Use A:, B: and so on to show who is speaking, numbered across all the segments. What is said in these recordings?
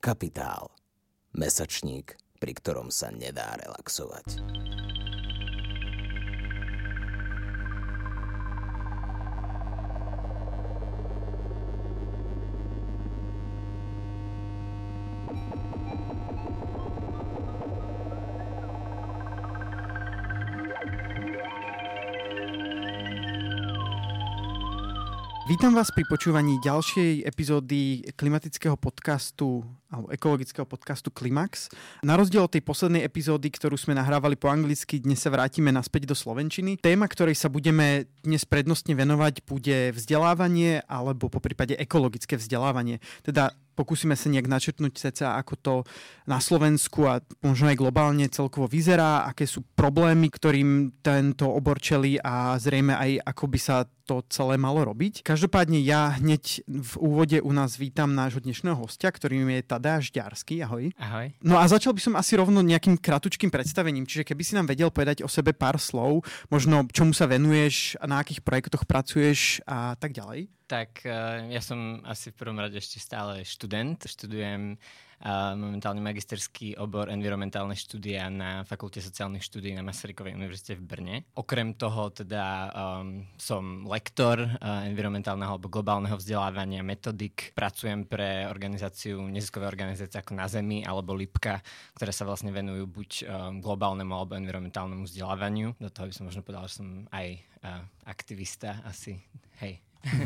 A: Kapitál. Mesačník, pri ktorom sa nedá relaxovať.
B: Vítam vás pri počúvaní ďalšej epizódy klimatického podcastu alebo ekologického podcastu Klimax. Na rozdiel od tej poslednej epizódy, ktorú sme nahrávali po anglicky, dnes sa vrátime naspäť do slovenčiny. Téma, ktorej sa budeme dnes prednostne venovať, bude vzdelávanie alebo poprípade ekologické vzdelávanie. Teda pokúsime sa nejak načrtnúť ceca, ako to na Slovensku a možno aj globálne celkovo vyzerá, aké sú problémy, ktorým tento obor čelí a zrejme aj ako by sa to celé malo robiť. Každopádne ja hneď v úvode u nás vítam nášho dnešného hostia, ktorým je Tadeáš Ďarský. Ahoj.
C: Ahoj.
B: No a začal by som asi rovno nejakým kratučkým predstavením, čiže keby si nám vedel povedať o sebe pár slov, možno čomu sa venuješ, na akých projektoch pracuješ a tak ďalej.
C: Tak ja som asi v prvom rade ešte stále študent. Študujem momentálne magisterský obor environmentálne štúdia na Fakulte sociálnych štúdií na Masarykovej univerzite v Brne. Okrem toho teda som lektor environmentálneho alebo globálneho vzdelávania, metodik. Pracujem pre neziskové organizácie ako Na Zemi alebo Lipka, ktoré sa vlastne venujú buď globálnemu alebo environmentálnemu vzdelávaniu. Do toho by som možno povedal, že som aj aktivista asi. Hej.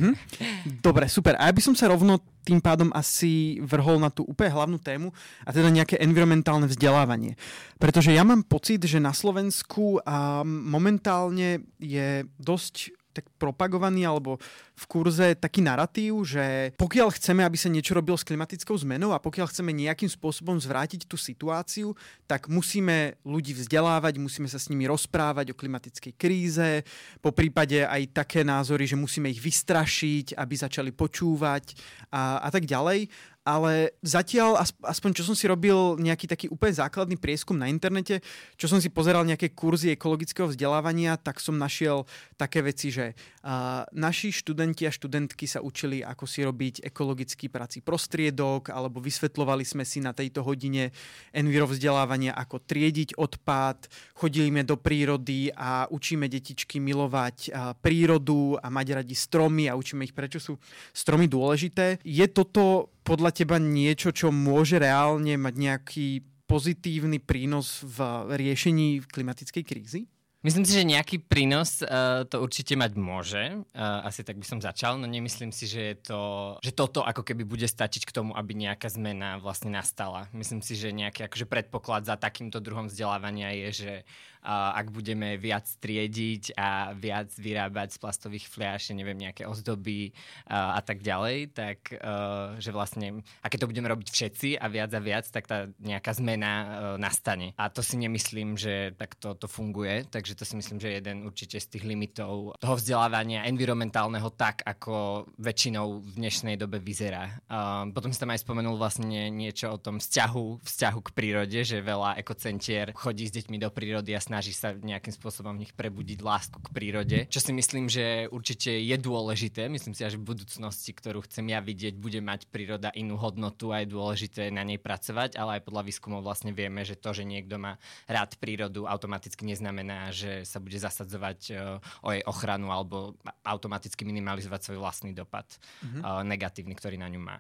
B: Dobre, super. A ja by som sa rovno tým pádom asi vrhol na tú úplne hlavnú tému a teda nejaké environmentálne vzdelávanie. Pretože ja mám pocit, že na Slovensku momentálne je dosť tak propagovaný alebo v kurze taký naratív, že pokiaľ chceme, aby sa niečo robilo s klimatickou zmenou a pokiaľ chceme nejakým spôsobom zvrátiť tú situáciu, tak musíme ľudí vzdelávať, musíme sa s nimi rozprávať o klimatickej kríze, po prípade aj také názory, že musíme ich vystrašiť, aby začali počúvať a tak ďalej. Ale zatiaľ, aspoň čo som si robil nejaký taký úplne základný prieskum na internete, čo som si pozeral nejaké kurzy ekologického vzdelávania, tak som našiel také veci, že naši študenti a študentky sa učili, ako si robiť ekologický prací prostriedok, alebo vysvetľovali sme si na tejto hodine enviro vzdelávania, ako triediť odpad, chodíme do prírody a učíme detičky milovať prírodu a mať radi stromy a učíme ich, prečo sú stromy dôležité. Je toto podľa teba niečo, čo môže reálne mať nejaký pozitívny prínos v riešení klimatickej krízy?
C: Myslím si, že nejaký prínos to určite mať môže. Asi tak by som začal, no nemyslím si, že toto ako keby bude stačiť k tomu, aby nejaká zmena vlastne nastala. Myslím si, že nejaký akože predpoklad za takýmto druhom vzdelávania je, že ak budeme viac triediť a viac vyrábať z plastových fľaš, neviem, nejaké ozdoby a tak ďalej, tak že vlastne, a keď to budeme robiť všetci a viac, tak tá nejaká zmena nastane. A to si nemyslím, že takto to funguje, takže to si myslím, že je jeden určite z tých limitov toho vzdelávania environmentálneho tak, ako väčšinou v dnešnej dobe vyzerá. Potom si tam aj spomenul vlastne niečo o tom vzťahu k prírode, že veľa ekocentier chodí s deťmi do prírody a snaží sa nejakým spôsobom v nich prebudiť lásku k prírode, čo si myslím, že určite je dôležité. Myslím si, že v budúcnosti, ktorú chcem ja vidieť, bude mať príroda inú hodnotu a je dôležité na nej pracovať, ale aj podľa výskumov vlastne vieme, že to, že niekto má rád prírodu, automaticky neznamená, že sa bude zasadzovať o jej ochranu alebo automaticky minimalizovať svoj vlastný dopad negatívny, ktorý na ňu má.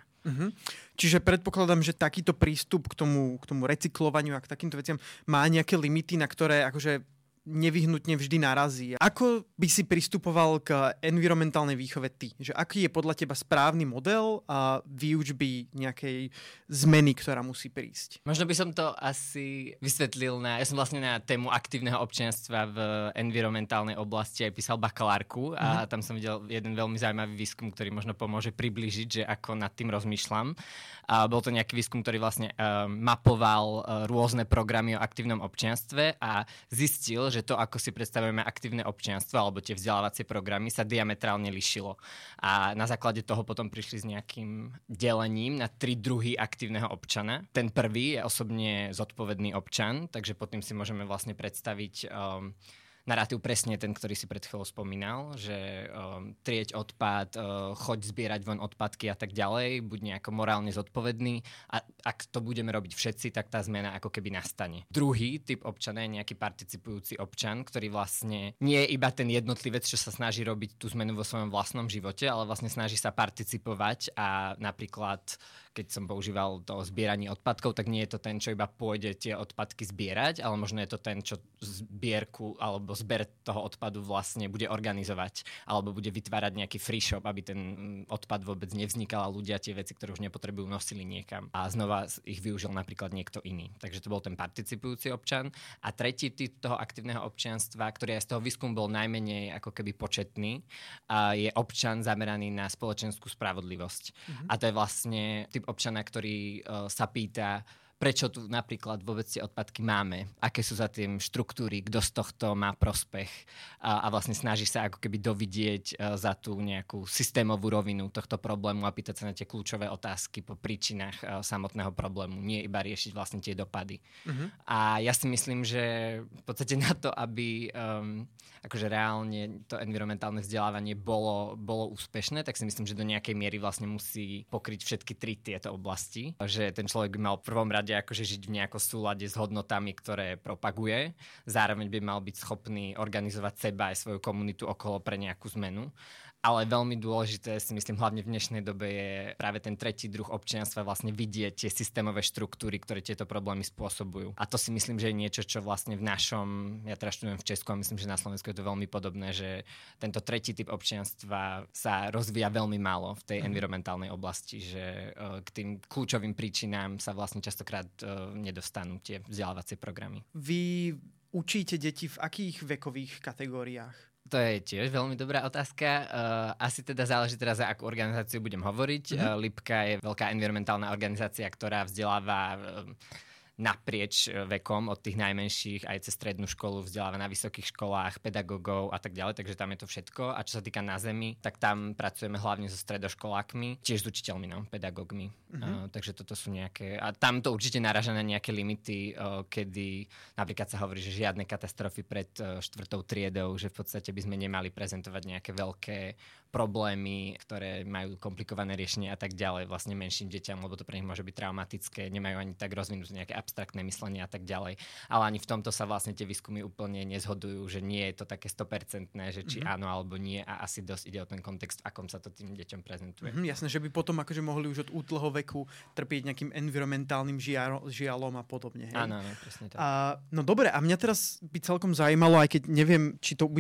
B: Čiže predpokladám, že takýto prístup k tomu recyklovaniu a k takýmto veciam má nejaké limity, na ktoré akože nevyhnutne vždy narazí. Ako by si pristupoval k environmentálnej výchove ty? Že aký je podľa teba správny model a výučby nejakej zmeny, ktorá musí prísť?
C: Možno by som to asi vysvetlil ja som vlastne na tému aktívneho občianstva v environmentálnej oblasti aj písal bakalárku a tam som videl jeden veľmi zaujímavý výskum, ktorý možno pomôže priblížiť, že ako nad tým rozmýšľam. A bol to nejaký výskum, ktorý vlastne mapoval rôzne programy o aktívnom občianstve a zistil, že to, ako si predstavujeme aktívne občianstvo alebo tie vzdelávacie programy, sa diametrálne lišilo. A na základe toho potom prišli s nejakým delením na 3 druhy aktívneho občana. Ten prvý je osobne zodpovedný občan, takže pod tým si môžeme vlastne predstaviť narratív presne ten, ktorý si pred chvíľou spomínal, že trieť odpad, choď zbierať von odpadky a tak ďalej, buď nejako morálne zodpovedný a ak to budeme robiť všetci, tak tá zmena ako keby nastane. Druhý typ občana je nejaký participujúci občan, ktorý vlastne nie je iba ten jednotlivec, čo sa snaží robiť tú zmenu vo svojom vlastnom živote, ale vlastne snaží sa participovať a napríklad, keď som používal to zbieranie odpadkov, tak nie je to ten, čo iba pôjde tie odpadky zbierať, ale možno je to ten, čo zbierku alebo zber toho odpadu vlastne bude organizovať alebo bude vytvárať nejaký free shop, aby ten odpad vôbec nevznikal a ľudia tie veci, ktoré už nepotrebujú, nosili niekam a znova ich využil napríklad niekto iný. Takže to bol ten participujúci občan. A tretí typ toho aktívneho občianstva, ktorý aj z toho výskumu bol najmenej ako keby početný, je občan zameraný na spoločenskú spravodlivosť. A to je vlastne typ občana, ktorý sa pýta, prečo tu napríklad vôbec tie odpadky máme, aké sú za tým štruktúry, kto z tohto má prospech a vlastne snaží sa ako keby dovidieť za tú nejakú systémovú rovinu tohto problému a pýtať sa na tie kľúčové otázky po príčinách samotného problému, nie iba riešiť vlastne tie dopady. A ja si myslím, že v podstate na to, aby akože reálne to environmentálne vzdelávanie bolo úspešné, tak si myslím, že do nejakej miery vlastne musí pokryť všetky tri tieto oblasti, že ten človek by mal v prvom rade akože žiť v nejakom súlade s hodnotami, ktoré propaguje. Zároveň by mal byť schopný organizovať seba aj svoju komunitu okolo pre nejakú zmenu. Ale veľmi dôležité, si myslím, hlavne v dnešnej dobe je práve ten tretí druh občianstva vlastne vidieť tie systémové štruktúry, ktoré tieto problémy spôsobujú. A to si myslím, že je niečo, čo vlastne v našom, ja teraz študujem v Česku a myslím, že na Slovensku je to veľmi podobné, že tento tretí typ občianstva sa rozvíja veľmi málo v tej environmentálnej oblasti, že k tým kľúčovým príčinám sa vlastne častokrát nedostanú tie vzdelávacie programy.
B: Vy učíte deti v akých vekových kategóriách?
C: To je tiež veľmi dobrá otázka. Asi teda záleží teraz, za akú organizáciu budem hovoriť. Lipka je veľká environmentálna organizácia, ktorá vzdeláva naprieč vekom, od tých najmenších aj cez strednú školu, vzdeláva na vysokých školách, pedagógov a tak ďalej, takže tam je to všetko. A čo sa týka na zemi, tak tam pracujeme hlavne so stredoškolákmi, tiež s učiteľmi, pedagógmi. Takže toto sú nejaké... A tam to určite naráža na nejaké limity, kedy napríklad sa hovorí, že žiadne katastrofy pred 4. triedou, že v podstate by sme nemali prezentovať nejaké veľké problémy, ktoré majú komplikované riešenie a tak ďalej vlastne menším deťam, lebo to pre nich môže byť traumatické, nemajú ani tak rozvinuté nejaké abstraktné myslenie a tak ďalej. Ale ani v tomto sa vlastne tie výskumy úplne nezhodujú, že nie je to také 100%, že či áno alebo nie a asi dosť ide o ten kontext, v akom sa to tým deťom prezentuje.
B: Jasné, že by potom akože mohli už od útleho veku trpieť nejakým environmentálnym žialom a podobne. Hej?
C: Áno, presne tak.
B: No dobre, a mňa teraz by celkom zaujímalo, aj keď neviem,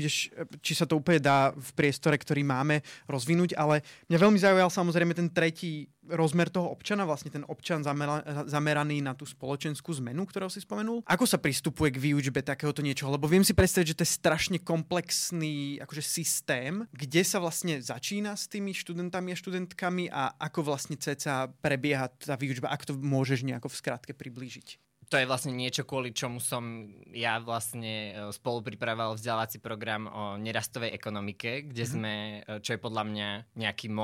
B: či sa to úplne dá v priestore, ktorý máme, rozvinúť, ale mňa veľmi zaujal samozrejme ten tretí rozmer toho občana, vlastne ten občan zameraný na tú spoločenskú zmenu, ktorú si spomenul. Ako sa pristupuje k výučbe takéhoto niečoho? Lebo viem si predstaviť, že to je strašne komplexný akože systém, kde sa vlastne začína s tými študentami a študentkami a ako vlastne cca prebieha tá výučba, ak to môžeš nejako v skratke priblížiť.
C: To je vlastne niečo, kvôli čomu som ja vlastne spolu pripravoval vzdelávací program o nerastovej ekonomike, kde sme, čo je podľa mňa nejaký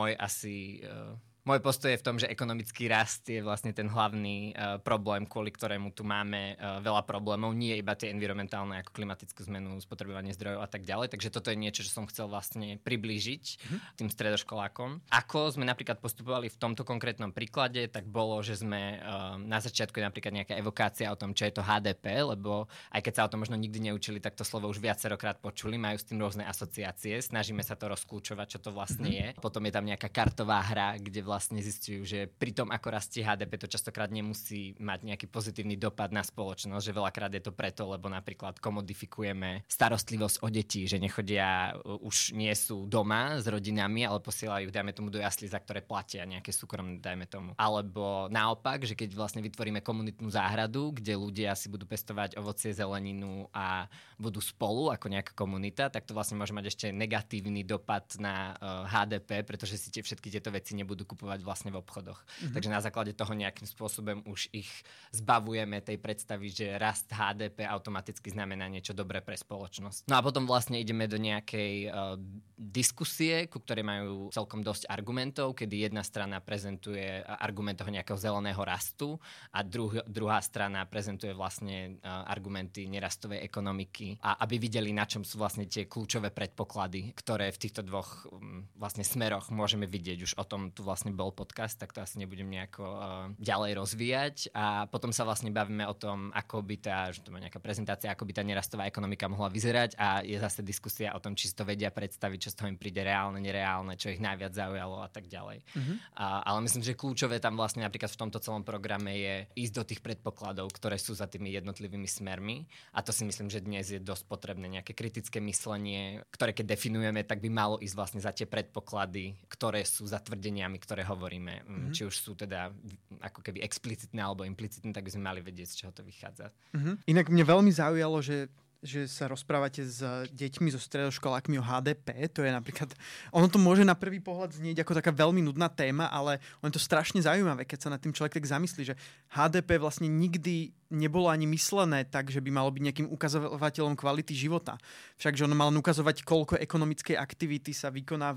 C: môj postoj je v tom, že ekonomický rast je vlastne ten hlavný problém, kvôli ktorému tu máme veľa problémov, nie iba tie environmentálne ako klimatickú zmenu, spotrebovanie zdrojov a tak ďalej. Takže toto je niečo, čo som chcel vlastne priblížiť tým stredoškolákom. Ako sme napríklad postupovali v tomto konkrétnom príklade, tak bolo, že sme na začiatku je napríklad nejaká evokácia o tom, čo je to HDP, lebo aj keď sa o tom možno nikdy neučili, tak to slovo už viacerokrát počuli, majú s tým rôzne asociácie, snažíme sa to rozklúčovať, čo to vlastne je. Potom je tam nejaká kartová hra, kde vlastne zistujú, že pri tom, ako rastie HDP, to častokrát nemusí mať nejaký pozitívny dopad na spoločnosť, že veľakrát je to preto, lebo napríklad komodifikujeme starostlivosť o deti, že nechodia, už nie sú doma s rodinami, ale posielajú, dajme tomu, do jaslí, za ktoré platia nejaké súkromné, dajme tomu. Alebo naopak, že keď vlastne vytvoríme komunitnú záhradu, kde ľudia si budú pestovať ovocie, zeleninu a budú spolu ako nejaká komunita, tak to vlastne môže mať ešte negatívny dopad na HDP, pretože si všetky tieto veci nebudú kupovať nakupovať vlastne v obchodoch. Takže na základe toho nejakým spôsobom už ich zbavujeme tej predstavy, že rast HDP automaticky znamená niečo dobré pre spoločnosť. No a potom vlastne ideme do nejakej diskusie, ku ktorej majú celkom dosť argumentov, kedy jedna strana prezentuje argument toho nejakého zeleného rastu a druhá strana prezentuje vlastne argumenty nerastovej ekonomiky a aby videli, na čom sú vlastne tie kľúčové predpoklady, ktoré v týchto dvoch vlastne smeroch môžeme vidieť. Už o tom tu vlastne bol podcast, tak to asi nebudem nejako ďalej rozvíjať. A potom sa vlastne bavíme o tom, ako by že to má nejaká prezentácia, ako by tá nerastová ekonomika mohla vyzerať a je zase diskusia o tom, či si to vedia predstaviť, čo z toho im príde reálne, nereálne, čo ich najviac zaujalo a tak ďalej. Ale myslím, že kľúčové tam vlastne napríklad v tomto celom programe je ísť do tých predpokladov, ktoré sú za tými jednotlivými smermi a to si myslím, že dnes je dosť potrebné nejaké kritické myslenie, ktoré keď definujeme, tak by malo ísť vlastne za tie predpoklady, ktoré sú za tvrdeniami, ktoré hovoríme. Či už sú teda ako keby explicitné alebo implicitné, tak by sme mali vedieť, z čoho to vychádza.
B: Inak mne veľmi zaujalo, že sa rozprávate s deťmi, so stredoškolákmi o HDP. To je napríklad, ono to môže na prvý pohľad znieť ako taká veľmi nudná téma, ale ono je to strašne zaujímavé, keď sa nad tým človek tak zamyslí, že HDP vlastne nikdy nebolo ani myslené tak, že by malo byť nejakým ukazovateľom kvality života. Však, že ono malo ukazovať, koľko ekonomickej aktivity sa vykoná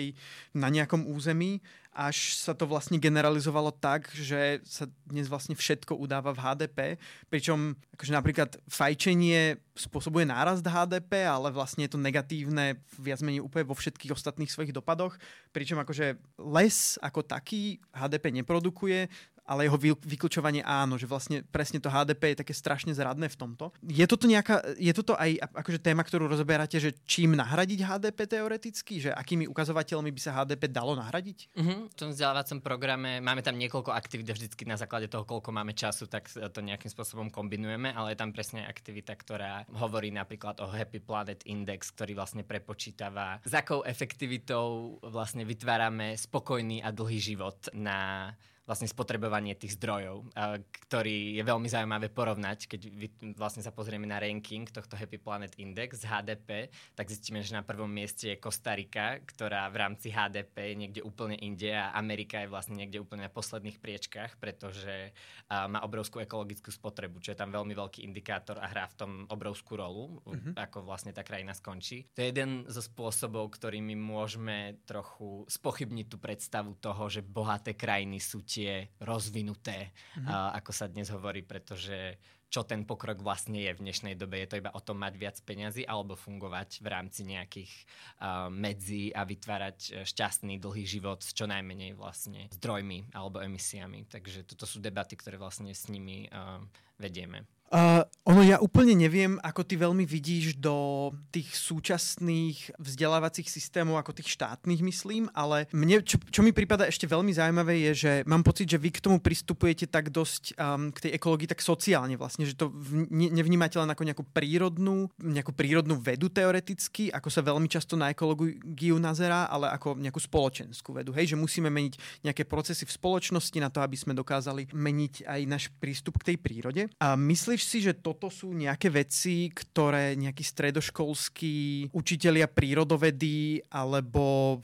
B: na nejakom území, až sa to vlastne generalizovalo tak, že sa dnes vlastne všetko udáva v HDP, pričom akože napríklad fajčenie spôsobuje nárast HDP, ale vlastne je to negatívne viac menej úplne vo všetkých ostatných svojich dopadoch, pričom akože les ako taký HDP neprodukuje, ale jeho vyklčovanie áno, že vlastne presne to HDP je také strašne zradné v tomto. Je toto aj akože téma, ktorú rozoberáte, že čím nahradiť HDP teoreticky? Že akými ukazovateľmi by sa HDP dalo nahradiť?
C: V tom vzdelávacom programe máme tam niekoľko aktivít, vždycky na základe toho, koľko máme času, tak to nejakým spôsobom kombinujeme, ale je tam presne aktivita, ktorá hovorí napríklad o Happy Planet Index, ktorý vlastne prepočítava, s akou efektivitou vlastne vytvárame spokojný a dlhý život na vlastne spotrebovanie tých zdrojov, ktorý je veľmi zaujímavé porovnať, keď vlastne sa pozrieme na ranking tohto Happy Planet Index z HDP, tak zistíme, že na prvom mieste je Kostarika, ktorá v rámci HDP je niekde úplne inde a Amerika je vlastne niekde úplne na posledných priečkách, pretože má obrovskú ekologickú spotrebu, čo je tam veľmi veľký indikátor a hrá v tom obrovskú rolu, ako vlastne tá krajina skončí. To je jeden zo spôsobov, ktorými môžeme trochu spochybniť tú predstavu toho, že bohaté krajiny sú tie rozvinuté, ako sa dnes hovorí, pretože čo ten pokrok vlastne je v dnešnej dobe. Je to iba o tom mať viac peňazí alebo fungovať v rámci nejakých medzí a vytvárať šťastný, dlhý život s čo najmenej vlastne zdrojmi alebo emisiami. Takže toto sú debaty, ktoré vlastne s nimi vedieme.
B: Ja úplne neviem, ako ty veľmi vidíš do tých súčasných vzdelávacích systémov, ako tých štátnych, myslím, ale mne, čo mi prípada ešte veľmi zaujímavé je, že mám pocit, že vy k tomu pristupujete tak dosť k tej ekológii tak sociálne vlastne, že to nevnímate len ako nejakú prírodnú vedu teoreticky, ako sa veľmi často na ekológiu nazerá, ale ako nejakú spoločenskú vedu. Hej, že musíme meniť nejaké procesy v spoločnosti na to, aby sme dokázali meniť aj náš prístup k tej prírode. A myslíš si, že toto sú nejaké veci, ktoré nejakí stredoškolskí učitelia prírodovedy alebo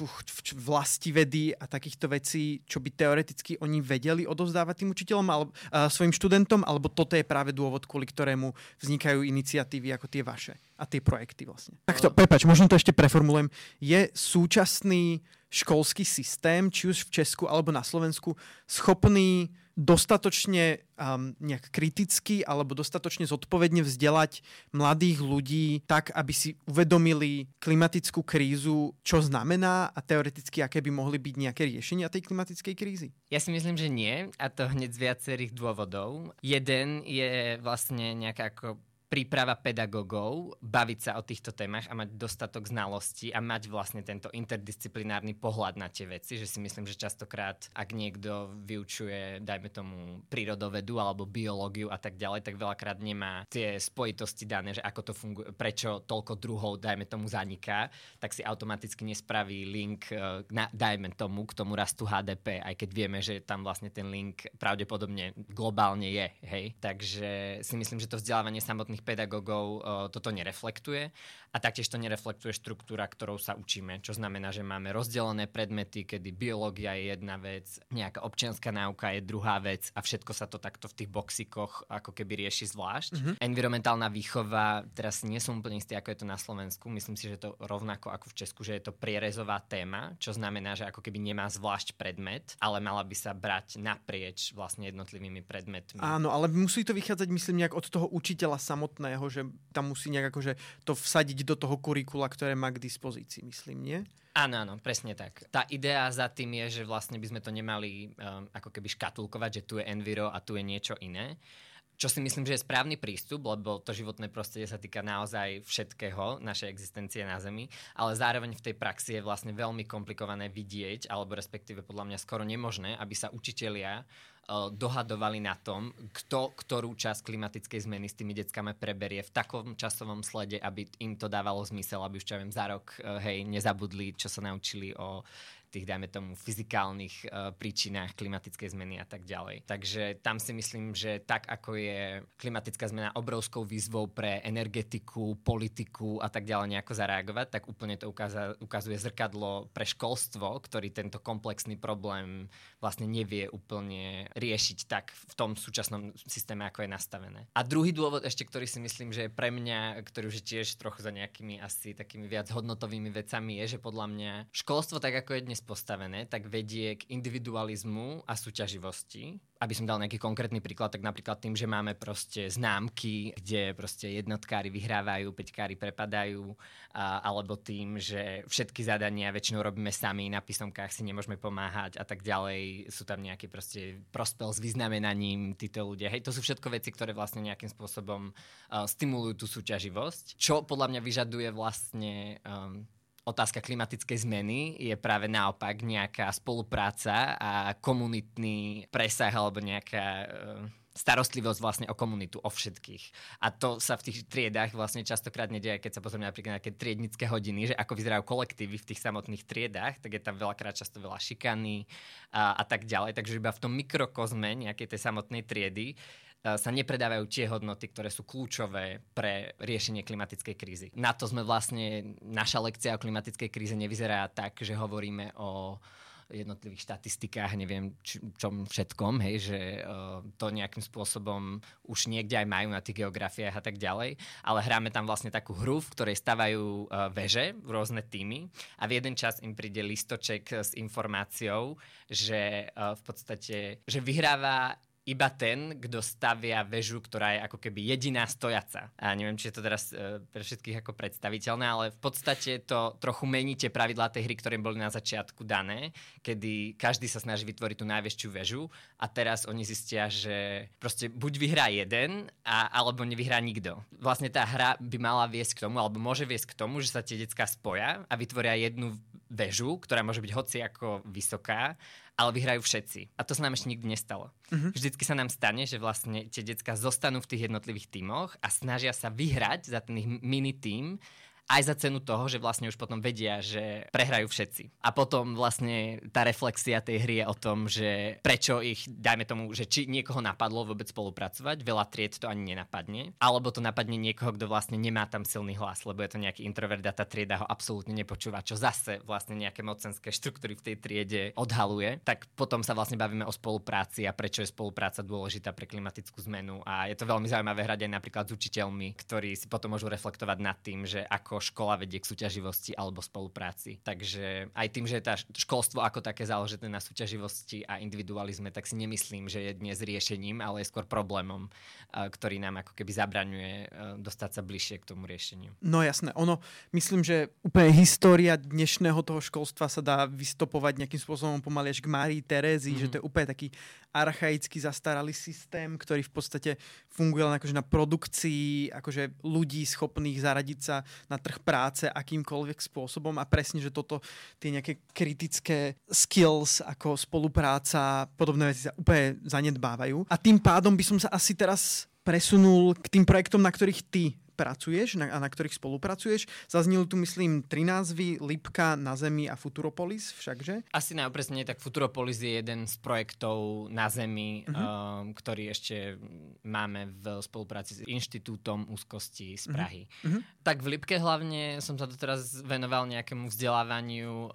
B: vlastivedy a takýchto vecí, čo by teoreticky oni vedeli odovzdávať tým učiteľom alebo svojim študentom, alebo toto je práve dôvod, kvôli ktorému vznikajú iniciatívy ako tie vaše a tie projekty vlastne. Takto, prepáč, možno to ešte preformulujem. Je súčasný školský systém, či už v Česku alebo na Slovensku, schopný dostatočne nejak kriticky alebo dostatočne zodpovedne vzdelať mladých ľudí tak, aby si uvedomili klimatickú krízu, čo znamená a teoreticky, aké by mohli byť nejaké riešenia tej klimatickej krízy?
C: Ja si myslím, že nie, a to hneď z viacerých dôvodov. Jeden je vlastne nejaká ako príprava pedagógov, baviť sa o týchto témach a mať dostatok znalostí a mať vlastne tento interdisciplinárny pohľad na tie veci, že si myslím, že častokrát, ak niekto vyučuje, dajme tomu, prírodovedu alebo biológiu a tak ďalej, tak veľakrát nemá tie spojitosti dané, že ako to funguje, prečo toľko druhov, dajme tomu, zaniká, tak si automaticky nespraví link, dajme tomu, k tomu rastu HDP, aj keď vieme, že tam vlastne ten link pravdepodobne globálne je, hej. Takže si myslím, že to vzdelávanie samotných súčasných pedagógov toto nereflektuje a taktiež to nereflektuje štruktúra, ktorou sa učíme, čo znamená, že máme rozdelené predmety, kedy biológia je jedna vec, nejaká občianska náuka je druhá vec a všetko sa to takto v tých boxikoch ako keby rieši zvlášť. Environmentálna výchova, teraz nie som úplne istý, ako je to na Slovensku, myslím si, že to rovnako ako v Česku, že je to prierezová téma, čo znamená, že ako keby nemá zvlášť predmet, ale mala by sa brať naprieč vlastne jednotlivými predmetmi.
B: Áno, ale musí to vychádzať, myslím, nejak od toho učiteľa samotného, že tam musí nejak akože to vsadiť do toho kurikula, ktoré má k dispozícii, myslím, nie?
C: Áno, presne tak. Tá idea za tým je, že vlastne by sme to nemali ako keby škatulkovať, že tu je enviro a tu je niečo iné. Čo si myslím, že je správny prístup, lebo to životné prostredie sa týka naozaj všetkého, našej existencie na Zemi, ale zároveň v tej praxi je vlastne veľmi komplikované vidieť, alebo respektíve podľa mňa skoro nemožné, aby sa učitelia dohadovali na tom, kto ktorú časť klimatickej zmeny s tými deckami preberie v takom časovom slede, aby im to dávalo zmysel, aby už čo viem, za rok nezabudli, čo sa naučili o tých, dajme tomu, fyzikálnych príčinách klimatickej zmeny a tak ďalej. Takže tam si myslím, že tak, ako je klimatická zmena obrovskou výzvou pre energetiku, politiku a tak ďalej nejako zareagovať, tak úplne to ukazuje zrkadlo pre školstvo, ktorý tento komplexný problém vlastne nevie úplne riešiť tak v tom súčasnom systéme, ako je nastavené. A druhý dôvod ešte, ktorý si myslím, že je pre mňa, ktorý už je tiež trochu za nejakými asi takými viac hodnotovými vecami, je, že podľa mňa školstvo, tak ako je dnes postavené, tak vedie k individualizmu a súťaživosti. Aby som dal nejaký konkrétny príklad, tak napríklad tým, že máme proste známky, kde proste jednotkári vyhrávajú, päťkári prepadajú, alebo tým, že všetky zadania väčšinou robíme sami, na písomkách si nemôžeme pomáhať a tak ďalej. Sú tam nejaký proste prospel s vyznamenaním títo ľudia. Hej, to sú všetko veci, ktoré vlastne nejakým spôsobom stimulujú tú súťaživosť, čo podľa mňa vyžaduje vlastne otázka klimatickej zmeny je práve naopak nejaká spolupráca a komunitný presah alebo nejaká starostlivosť vlastne o komunitu, o všetkých. A to sa v tých triedách vlastne častokrát nedieje, keď sa pozrieme napríklad na nejaké triednické hodiny, že ako vyzerajú kolektívy v tých samotných triedách, tak je tam veľakrát často veľa šikany a tak ďalej. Takže iba v tom mikrokozme nejakej tej samotnej triedy sa nepredávajú tie hodnoty, ktoré sú kľúčové pre riešenie klimatickej krízy. Na to sme vlastne, naša lekcia o klimatickej kríze nevyzerá tak, že hovoríme o jednotlivých štatistikách, neviem čom všetkom, hej, že to nejakým spôsobom už niekde aj majú na tých geografiách a tak ďalej, ale hráme tam vlastne takú hru, v ktorej stavajú veže, rôzne týmy a v jeden čas im príde listoček s informáciou, že v podstate, že vyhráva iba ten, kto stavia väžu, ktorá je ako keby jediná stojaca. A neviem, či je to teraz pre všetkých ako predstaviteľné, ale v podstate to trochu mení tie pravidlá tej hry, ktoré boli na začiatku dané, kedy každý sa snaží vytvoriť tú najväčšiu väžu a teraz oni zistia, že proste buď vyhrá jeden, alebo nevyhrá nikto. Vlastne tá hra by mala viesť k tomu, alebo môže viesť k tomu, že sa tie decká spoja a vytvoria jednu väžu, ktorá môže byť hociako vysoká, ale vyhrajú všetci. A to sa nám ešte nikdy nestalo. Vždycky sa nám stane, že vlastne tie decká zostanú v tých jednotlivých tímoch a snažia sa vyhrať za ten ich mini tím, aj za cenu toho, že vlastne už potom vedia, že prehrajú všetci. A potom vlastne tá reflexia tej hry je o tom, že prečo ich, dajme tomu, že či niekoho napadlo vôbec spolupracovať, veľa tried to ani nenapadne, alebo to napadne niekoho, kto vlastne nemá tam silný hlas, lebo je to nejaký introvert a tá trieda ho absolútne nepočúva, čo zase vlastne nejaké mocenské štruktúry v tej triede odhaluje. Tak potom sa vlastne bavíme o spolupráci a prečo je spolupráca dôležitá pre klimatickú zmenu. A je to veľmi zaujímavé hrať aj napríklad s učiteľmi, ktorí si potom môžu reflektovať nad tým, že ako škola vedie k súťaživosti alebo spolupráci. Takže aj tým, že tá školstvo ako také založené na súťaživosti a individualizme, tak si nemyslím, že je dnes riešením, ale je skôr problémom, ktorý nám ako keby zabraňuje dostať sa bližšie k tomu riešeniu.
B: No jasné, myslím, že úplne história dnešného toho školstva sa dá vystopovať nejakým spôsobom pomaly až k Márii Terézii, že to je úplne taký archaický zastaralý systém, ktorý v podstate funguje len akože na produkcii akože ľudí schopných zaradiť sa na trh práce akýmkoľvek spôsobom a presne, že toto tie nejaké kritické skills ako spolupráca, podobné veci sa úplne zanedbávajú. A tým pádom by som sa asi teraz presunul k tým projektom, na ktorých ty pracuješ a na ktorých spolupracuješ. Zazneli tu, myslím, 3 názvy: Lipka, Na Zemi a Futuropolis, všakže?
C: Asi najopresne tak Futuropolis je jeden z projektov Na Zemi, ktorý ešte máme v spolupráci s Inštitútom úzkosti z Prahy. Tak v Lipke hlavne som sa doteraz venoval nejakému vzdelávaniu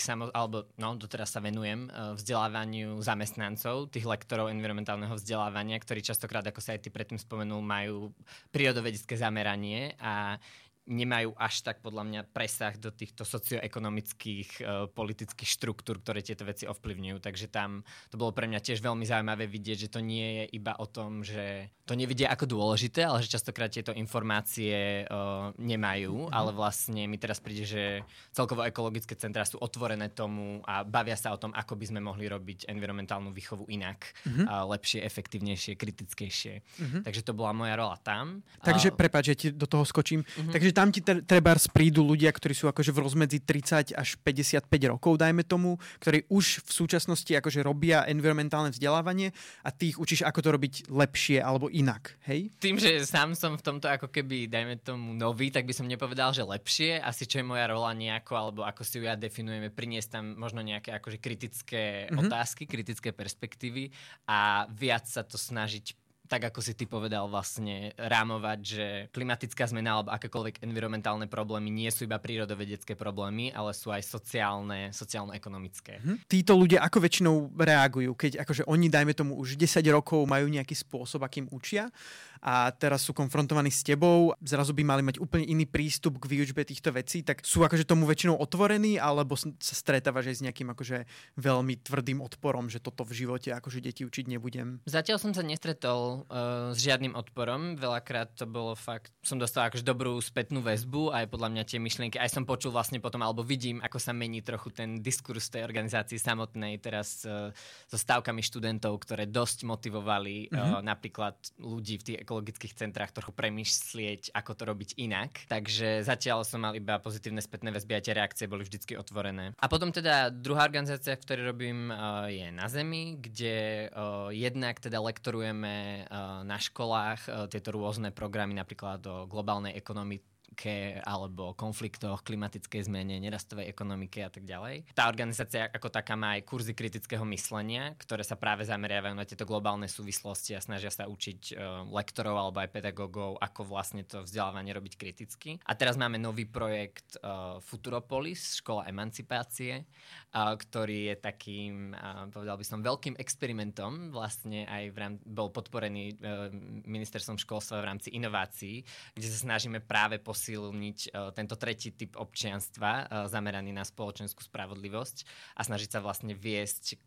C: doteraz sa venujem vzdelávaniu zamestnancov, tých lektorov environmentálneho vzdelávania, ktorí častokrát, ako sa aj ty predtým spomenul, majú prírodovedecké zameranie a nemajú až tak podľa mňa presah do týchto socioekonomických politických štruktúr, ktoré tieto veci ovplyvňujú. Takže tam to bolo pre mňa tiež veľmi zaujímavé vidieť, že to nie je iba o tom, že to nevidia ako dôležité, ale že častokrát tieto informácie nemajú, ale vlastne mi teraz príde, že celkovo ekologické centrá sú otvorené tomu a bavia sa o tom, ako by sme mohli robiť environmentálnu výchovu inak, lepšie, efektívnejšie, kritickejšie. Takže to bola moja rola tam.
B: Takže, prepáč, že ti do toho skočím. Takže tam ti trebárs prídu ľudia, ktorí sú akože v rozmedzi 30 až 55 rokov, dajme tomu, ktorí už v súčasnosti akože robia environmentálne vzdelávanie a ty ich učíš, ako to robiť lepšie alebo inak, hej?
C: Tým, že sám som v tomto ako keby, dajme tomu, nový, tak by som nepovedal, že lepšie. Asi čo je moja rola nejako, alebo ako si ju ja definujeme, priniesť tam možno nejaké akože kritické otázky, kritické perspektívy a viac sa to snažiť, tak ako si ty povedal, vlastne rámovať, že klimatická zmena alebo akékoľvek environmentálne problémy nie sú iba prírodovedecké problémy, ale sú aj sociálno-ekonomické.
B: Títo ľudia ako väčšinou reagujú, keď akože oni, dajme tomu, už 10 rokov majú nejaký spôsob, akým učia a teraz sú konfrontovaní s tebou, zrazu by mali mať úplne iný prístup k výučbe týchto vecí, tak sú akože tomu väčšinou otvorení, alebo sa stretávaš aj s nejakým akože veľmi tvrdým odporom, že toto v živote akože deti učiť nebudem?
C: Zatiaľ som sa nestretol s žiadnym odporom. Veľakrát to bolo fakt, som dostal akože dobrú spätnú väzbu, aj podľa mňa tie myšlienky, aj som počul vlastne potom, alebo vidím, ako sa mení trochu ten diskurs tej organizácii samotnej teraz so stávkami študentov, ktoré dosť motivovali napríklad ľudí v tých ekologických centrách trochu premýšľieť, ako to robiť inak. Takže zatiaľ som mal iba pozitívne spätné väzby a tie reakcie boli vždycky otvorené. A potom teda druhá organizácia, v ktorej robím, je Na Zemi, kde jednak teda lektorujeme na školách tieto rôzne programy, napríklad o globálnej ekonomike alebo konfliktoch, klimatickej zmene, nerastovej ekonomike a tak ďalej. Tá organizácia ako taká má aj kurzy kritického myslenia, ktoré sa práve zameriavajú na tieto globálne súvislosti a snažia sa učiť lektorov alebo aj pedagógov, ako vlastne to vzdelávanie robiť kriticky. A teraz máme nový projekt Futuropolis, škola emancipácie, ktorý je takým, povedal by som, veľkým experimentom, vlastne aj bol podporený ministerstvom školstva v rámci inovácií, kde sa snažíme práve posilniť tento tretí typ občianstva zameraný na spoločenskú spravodlivosť a snažiť sa vlastne viesť k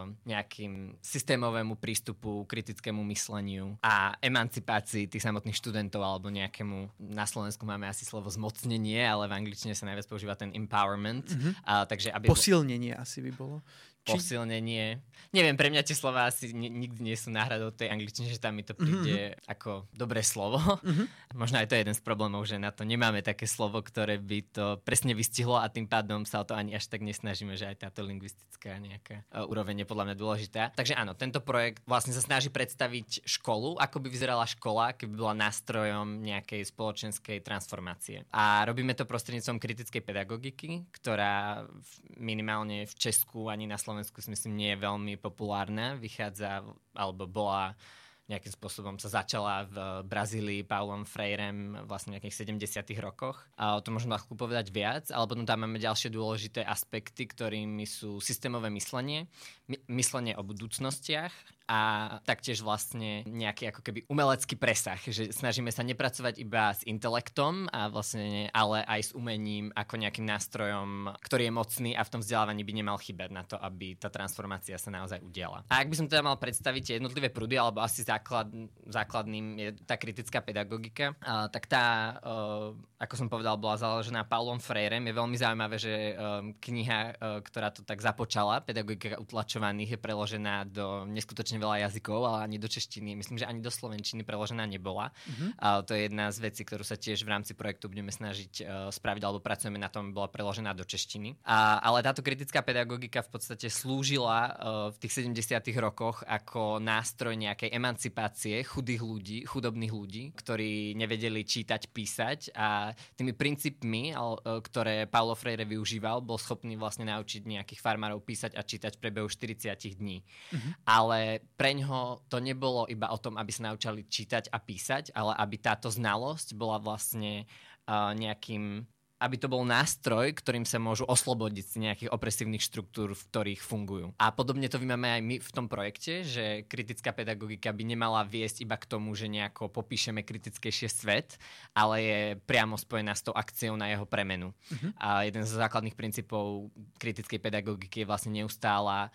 C: nejakým systémovému prístupu, kritickému mysleniu a emancipácii tých samotných študentov alebo nejakému, na Slovensku máme asi slovo zmocnenie, ale v angličtine sa najviac používa ten empowerment. Takže aby
B: posilnenie asi by bolo.
C: Posilnenie. Neviem, pre mňa tie slova asi nikdy nie sú náhradou tej angličtine, že tam mi to príde ako dobré slovo. Možno aj to je jeden z problémov, že na to nemáme také slovo, ktoré by to presne vystihlo a tým pádom sa o to ani až tak nesnažíme, že aj táto lingvistická nejaká úroveň je podľa mňa dôležitá. Takže áno, tento projekt vlastne sa snaží predstaviť školu, ako by vyzerala škola, keby bola nástrojom nejakej spoločenskej transformácie. A robíme to prostredníctvom kritickej pedagogiky, ktorá minimálne v Česku ani na Slovensku si myslím nie je veľmi populárna. Vychádza, alebo bola nejakým spôsobom sa začala v Brazílii Paulom Freirem vlastne v nejakých 70. rokoch. A o tom možno ľahko povedať viac, ale potom tam máme ďalšie dôležité aspekty, ktorými sú systémové myslenie, myslenie o budúcnostiach a taktiež vlastne nejaký ako keby umelecký presah, že snažíme sa nepracovať iba s intelektom a vlastne, ale aj s umením ako nejakým nástrojom, ktorý je mocný a v tom vzdelávaní by nemal chýbať na to, aby tá transformácia sa naozaj udiala. A ak by som teda mal predstaviť jednotlivé prúdy, alebo asi základným je tá kritická pedagogika, tak tá, ako som povedal, bola založená Paulom Freirem. Je veľmi zaujímavé, že kniha, ktorá to tak započala, Pedagogika utlačovaných, je preložená do neskutočne strašne veľa jazykov, ale ani do češtiny, myslím, že ani do slovenčiny preložená nebola. To je jedna z vecí, ktorú sa tiež v rámci projektu budeme snažiť spraviť, alebo pracujeme na tom, bola preložená do češtiny. Ale táto kritická pedagogika v podstate slúžila v tých 70. rokoch ako nástroj nejakej emancipácie chudobných ľudí, ktorí nevedeli čítať, písať, a tými princípmi, ktoré Paulo Freire využíval, bol schopný vlastne naučiť nejakých farmárov písať a čítať v priebehu 40 dní. Ale preňho to nebolo iba o tom, aby sa naučili čítať a písať, ale aby táto znalosť bola vlastne aby to bol nástroj, ktorým sa môžu oslobodiť z nejakých opresívnych štruktúr, v ktorých fungujú. A podobne to máme aj my v tom projekte, že kritická pedagogika by nemala viesť iba k tomu, že nejako popíšeme kritickejšie svet, ale je priamo spojená s tou akciou na jeho premenu. A jeden z základných princípov kritickej pedagogiky je vlastne neustála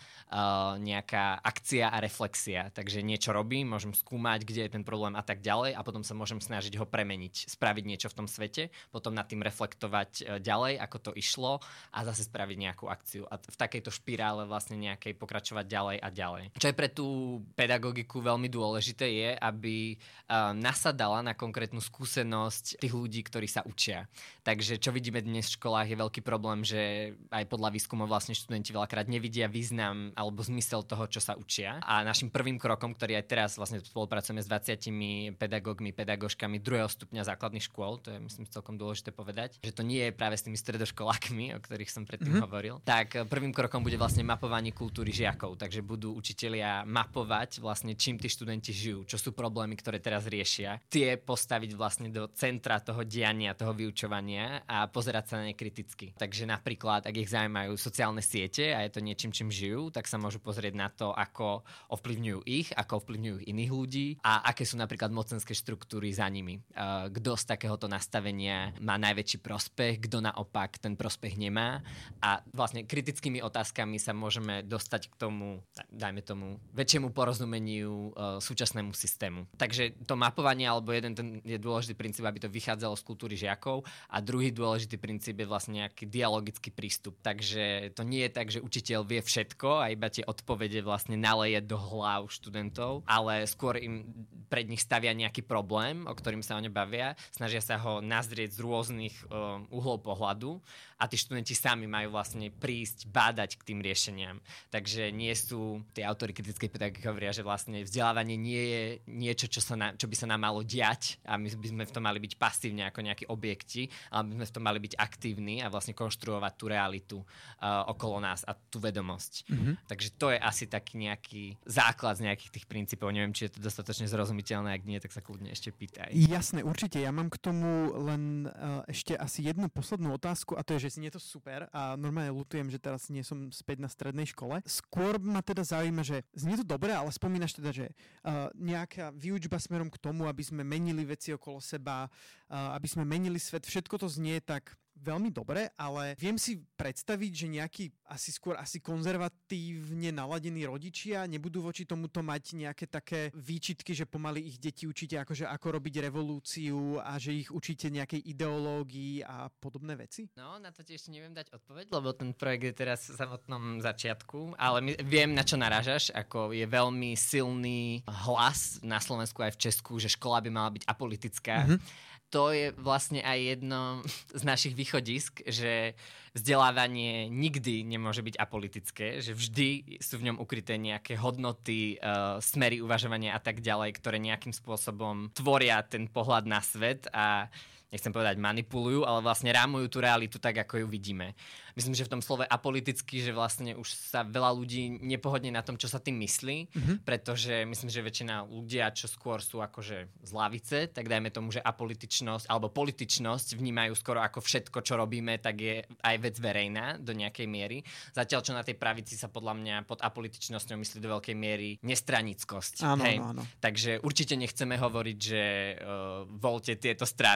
C: nejaká akcia a reflexia. Takže niečo robím, môžem skúmať, kde je ten problém a tak ďalej, a potom sa môžem snažiť ho premeniť, spraviť niečo v tom svete, potom nad tým reflektovať ďalej, ako to išlo, a zase spraviť nejakú akciu. A v takejto špirále vlastne nejakej pokračovať ďalej a ďalej. Čo je pre tú pedagogiku veľmi dôležité je, aby nasadala na konkrétnu skúsenosť tých ľudí, ktorí sa učia. Takže čo vidíme dnes v školách, je veľký problém, že aj podľa výskumov vlastne študenti veľakrát nevidia význam alebo zmysel toho, čo sa učia. A našim prvým krokom, ktorý aj teraz vlastne spolupracujeme s 20 pedagógmi, pedagóžkami 2. stupňa základných škôl, to je myslím celkom dôležité povedať, že to nie je práve s tými stredoškolákmi, o ktorých som predtým hovoril. Tak prvým krokom bude vlastne mapovanie kultúry žiakov. Takže budú učitelia mapovať vlastne, čím tí študenti žijú, čo sú problémy, ktoré teraz riešia. Tie postaviť vlastne do centra toho diania, toho vyučovania a pozerať sa na ne kriticky. Takže napríklad, ak ich zaujímajú sociálne siete a je to niečím, čím žijú, tak sa môžu pozrieť na to, ako ovplyvňujú ich, ako ovplyvňujú iných ľudí a aké sú napríklad mocenské štruktúry za nimi. Kto z takéhoto nastavenia má najväčší prospech, kto naopak ten prospech nemá, a vlastne kritickými otázkami sa môžeme dostať k tomu, dajme tomu, väčšiemu porozumeniu súčasnému systému. Takže to mapovanie, alebo jeden ten je dôležitý princíp, aby to vychádzalo z kultúry žiakov, a druhý dôležitý princíp je vlastne nejaký dialogický prístup. Takže to nie je tak, že učiteľ vie všetko a iba tie odpovede vlastne naleje do hlav študentov, ale skôr im pred nich stavia nejaký problém, o ktorým sa oni bavia, snažia sa ho nazrieť z rôznych uhlov pohľadu, a tí študenti sami majú vlastne prísť bádať k tým riešeniam. Takže nie sú, tie autori kritickej pedagogiky hovoria, že vlastne vzdelávanie nie je niečo, čo by sa nám malo diať, a my by sme v tom mali byť pasívne ako nejakí objekti, ale by sme v tom mali byť aktívni a vlastne konštruovať tú realitu okolo nás a tú vedomosť. Takže to je asi taký nejaký základ z nejakých tých princípov. Neviem, či je to dostatočne zrozumiteľné, ak nie, tak sa kľudne ešte pýtaj.
B: Jasné, určite. Ja mám k tomu len ešte asi jednu poslednú otázku, a to je, že znie to super a normálne ľutujem, že teraz nie som späť na strednej škole. Skôr ma teda zaujíma, že znie to dobre, ale spomínaš teda, že nejaká výučba smerom k tomu, aby sme menili veci okolo seba, aby sme menili svet, všetko to znie tak veľmi dobre, ale viem si predstaviť, že nejakí asi konzervatívne naladení rodičia nebudú voči tomuto mať nejaké také výčitky, že pomaly ich deti učíte akože ako robiť revolúciu a že ich učíte nejakej ideológii a podobné veci?
C: No, na to ti ešte neviem dať odpoveď, lebo ten projekt je teraz v samotnom začiatku, ale viem, na čo narážaš, ako je veľmi silný hlas na Slovensku aj v Česku, že škola by mala byť apolitická. To je vlastne aj jedno z našich východisk, že vzdelávanie nikdy nemôže byť apolitické, že vždy sú v ňom ukryté nejaké hodnoty, smery uvažovania a tak ďalej, ktoré nejakým spôsobom tvoria ten pohľad na svet a nechcem povedať manipulujú, ale vlastne rámujú tú realitu tak, ako ju vidíme. Myslím, že v tom slove apoliticky, že vlastne už sa veľa ľudí nepohodne na tom, čo sa tým myslí, pretože myslím, že väčšina ľudia, čo skôr sú akože z lavice, tak dajme tomu, že apolitičnosť alebo političnosť vnímajú skoro ako všetko, čo robíme, tak je aj vec verejná do nejakej miery. Zatiaľ, čo na tej pravici sa podľa mňa pod apolitičnosťou myslí do veľkej miery nestranickosť.
B: Áno, áno.
C: Takže určite nechceme hovoriť, že voľte tieto strany, ale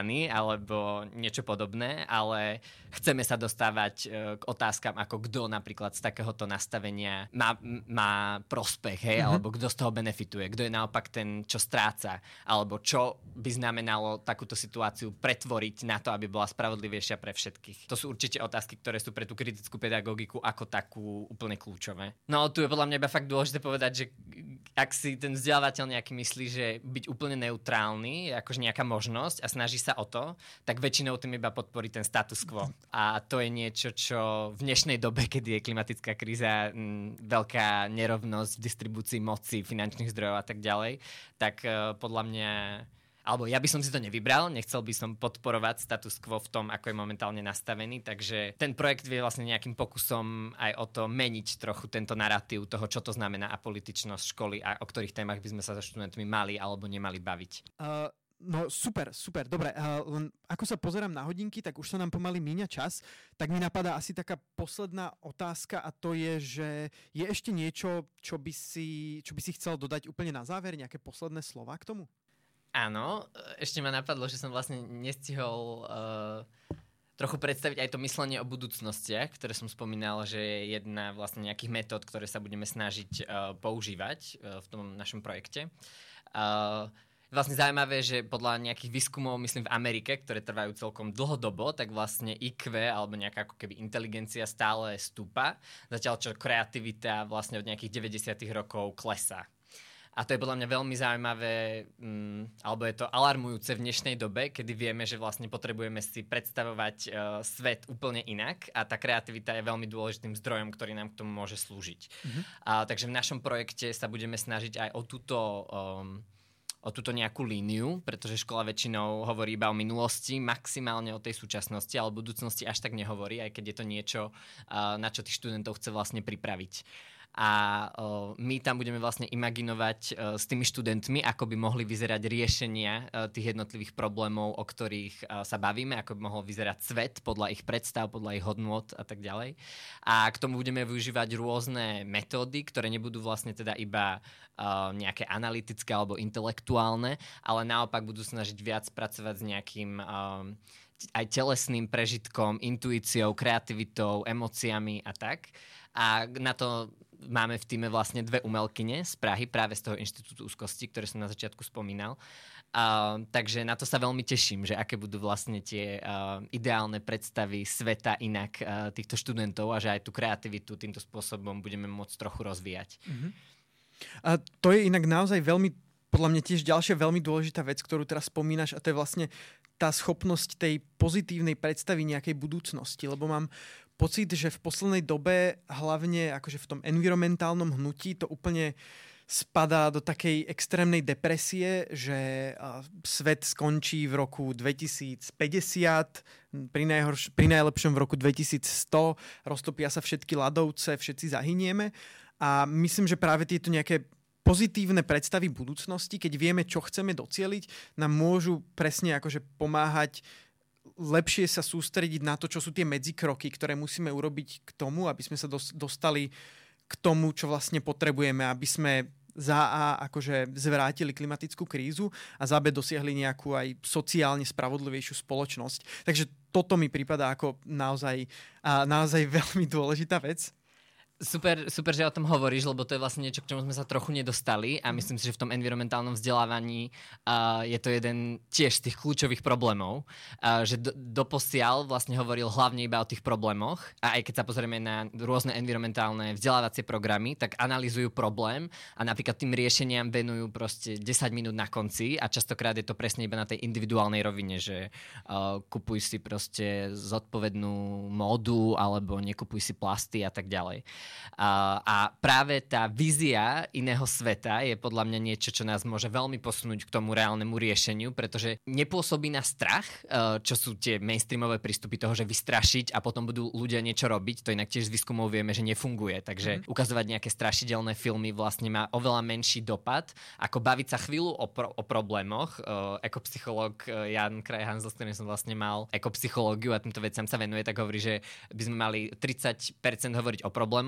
C: alebo niečo podobné, ale chceme sa dostávať k otázkam, ako kto napríklad z takéhoto nastavenia má prospech, hej, alebo kto z toho benefituje, kto je naopak ten, čo stráca, alebo čo by znamenalo takúto situáciu pretvoriť na to, aby bola spravodlivejšia pre všetkých. To sú určite otázky, ktoré sú pre tú kritickú pedagogiku ako takú úplne kľúčové. No tu je podľa mňa iba fakt dôležité povedať, že ak si ten vzdelávateľ nejaký myslí, že byť úplne neutrálny je akože nejaká možnosť a snaží sa o to, tak väčšinou tým iba podporí ten status quo. A to je niečo, čo v dnešnej dobe, kedy je klimatická kríza, veľká nerovnosť v distribúcii moci, finančných zdrojov a tak ďalej, tak podľa mňa, alebo ja by som si to nevybral, nechcel by som podporovať status quo v tom, ako je momentálne nastavený, takže ten projekt je vlastne nejakým pokusom aj o to meniť trochu tento narratív toho, čo to znamená apolitičnosť školy a o ktorých témach by sme sa so študentmi mali alebo nemali baviť.
B: No super, dobre. Len ako sa pozerám na hodinky, tak už sa nám pomaly míňa čas, tak mi napadá asi taká posledná otázka a to je, že je ešte niečo, čo by si chcel dodať úplne na záver, nejaké posledné slova k tomu?
C: Áno, ešte ma napadlo, že som vlastne nestihol trochu predstaviť aj to myslenie o budúcnostiach, ktoré som spomínal, že je jedna vlastne nejakých metód, ktoré sa budeme snažiť používať v tom našom projekte. Vlastne zaujímavé, že podľa nejakých výskumov, myslím v Amerike, ktoré trvajú celkom dlhodobo, tak vlastne IQ alebo nejaká ako keby inteligencia stále stúpa, zatiaľ čo kreativita vlastne od nejakých 90. rokov klesá. A to je podľa mňa veľmi zaujímavé, alebo je to alarmujúce v dnešnej dobe, kedy vieme, že vlastne potrebujeme si predstavovať svet úplne inak a tá kreativita je veľmi dôležitým zdrojom, ktorý nám k tomu môže slúžiť. Takže v našom projekte sa budeme snažiť aj o túto nejakú líniu, pretože škola väčšinou hovorí iba o minulosti, maximálne o tej súčasnosti, ale budúcnosti až tak nehovorí, aj keď je to niečo, na čo tých študentov chce vlastne pripraviť. A my tam budeme vlastne imaginovať s tými študentmi, ako by mohli vyzerať riešenia tých jednotlivých problémov, o ktorých sa bavíme, ako by mohol vyzerať svet podľa ich predstav, podľa ich hodnôt a tak ďalej. A k tomu budeme využívať rôzne metódy, ktoré nebudú vlastne teda iba nejaké analytické alebo intelektuálne, ale naopak budú snažiť viac pracovať s nejakým aj telesným prežitkom, intuíciou, kreativitou, emóciami a tak. A na to máme v tíme vlastne dve umelkyne z Prahy, práve z toho Inštitútu úzkosti, ktoré som na začiatku spomínal. Takže na to sa veľmi teším, že aké budú vlastne tie ideálne predstavy sveta inak týchto študentov a že aj tú kreativitu týmto spôsobom budeme môcť trochu rozvíjať.
B: A to je inak naozaj veľmi, podľa mňa tiež ďalšia veľmi dôležitá vec, ktorú teraz spomínaš, a to je vlastne tá schopnosť tej pozitívnej predstavy nejakej budúcnosti, lebo mám pocit, že v poslednej dobe, hlavne akože v tom environmentálnom hnutí, to úplne spadá do takej extrémnej depresie, že svet skončí v roku 2050, pri najlepšom v roku 2100, roztopia sa všetky ľadovce, všetci zahynieme. A myslím, že práve tieto nejaké pozitívne predstavy budúcnosti, keď vieme, čo chceme docieliť, nám môžu presne akože pomáhať lepšie sa sústrediť na to, čo sú tie medzikroky, ktoré musíme urobiť k tomu, aby sme sa dostali k tomu, čo vlastne potrebujeme, aby sme za A akože zvrátili klimatickú krízu a za B dosiahli nejakú aj sociálne spravodlivejšiu spoločnosť. Takže toto mi pripadá ako naozaj veľmi dôležitá vec.
C: Super, že o tom hovoríš, lebo to je vlastne niečo, k čomu sme sa trochu nedostali a myslím si, že v tom environmentálnom vzdelávaní je to jeden tiež z tých kľúčových problémov, že doposiaľ vlastne hovoril hlavne iba o tých problémoch a aj keď sa pozrieme na rôzne environmentálne vzdelávacie programy, tak analyzujú problém a napríklad tým riešeniam venujú proste 10 minút na konci a častokrát je to presne iba na tej individuálnej rovine, že kupuj si proste zodpovednú módu alebo nekupuj si plasty a tak ďalej. A práve tá vízia iného sveta je podľa mňa niečo, čo nás môže veľmi posunúť k tomu reálnemu riešeniu, pretože nepôsobí na strach, čo sú tie mainstreamové prístupy toho, že vystrašiť a potom budú ľudia niečo robiť. To inak tiež z výskumov vieme, že nefunguje. Takže ukazovať nejaké strašidelné filmy vlastne má oveľa menší dopad, ako baviť sa chvíľu o problémoch. Ekopsychológ Jan Kraj-Hanzel, s ktorým som vlastne mal ekopsychológiu a týmto veciam sa venuje, tak hovorí, že by sme mali 30% hovoriť o problémoch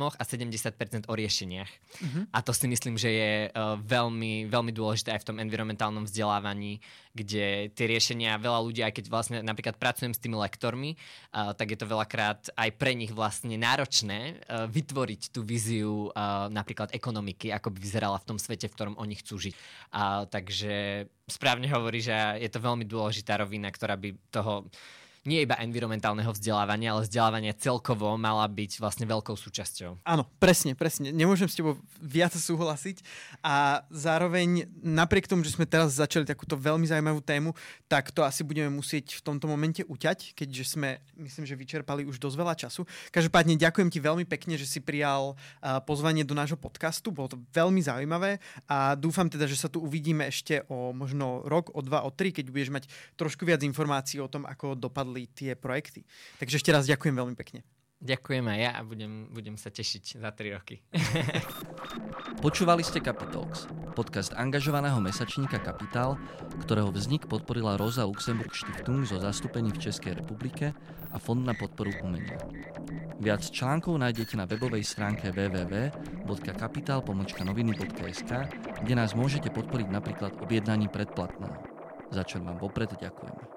C: problémoch a 70% o riešeniach. A to si myslím, že je veľmi, veľmi dôležité aj v tom environmentálnom vzdelávaní, kde tie riešenia veľa ľudí, aj keď vlastne napríklad pracujem s tými lektormi, tak je to veľakrát aj pre nich vlastne náročné vytvoriť tú víziu napríklad ekonomiky, ako by vyzerala v tom svete, v ktorom oni chcú žiť. Takže správne hovorí, že je to veľmi dôležitá rovina, ktorá by toho nie iba environmentálneho vzdelávania, ale vzdelávania celkovo mala byť vlastne veľkou súčasťou.
B: Áno, presne. Nemôžem s tebou viac súhlasiť a zároveň napriek tomu, že sme teraz začali takúto veľmi zaujímavú tému, tak to asi budeme musieť v tomto momente uťať, keďže sme, myslím, že vyčerpali už dosť veľa času. Každopádne ďakujem ti veľmi pekne, že si prijal pozvanie do nášho podcastu. Bolo to veľmi zaujímavé a dúfam teda, že sa tu uvidíme ešte o možno rok, o 2, o 3, keď budeš mať trošku viac informácií o tom, ako dopadli tie projekty. Takže ešte raz ďakujem veľmi pekne.
C: Ďakujem aj ja a budem sa tešiť za 3 roky.
D: Počúvali ste Capitalx, podcast angažovaného mesačníka Kapitál, ktorého vznik podporila Rosa Luxemburg Stiftung zo zastúpení v Českej republike a Fond na podporu umenia. Viac článkov nájdete na webovej stránke www.kapital.noviny.sk, kde nás môžete podporiť napríklad objednaním predplatného. Za čo vám vopred ďakujeme.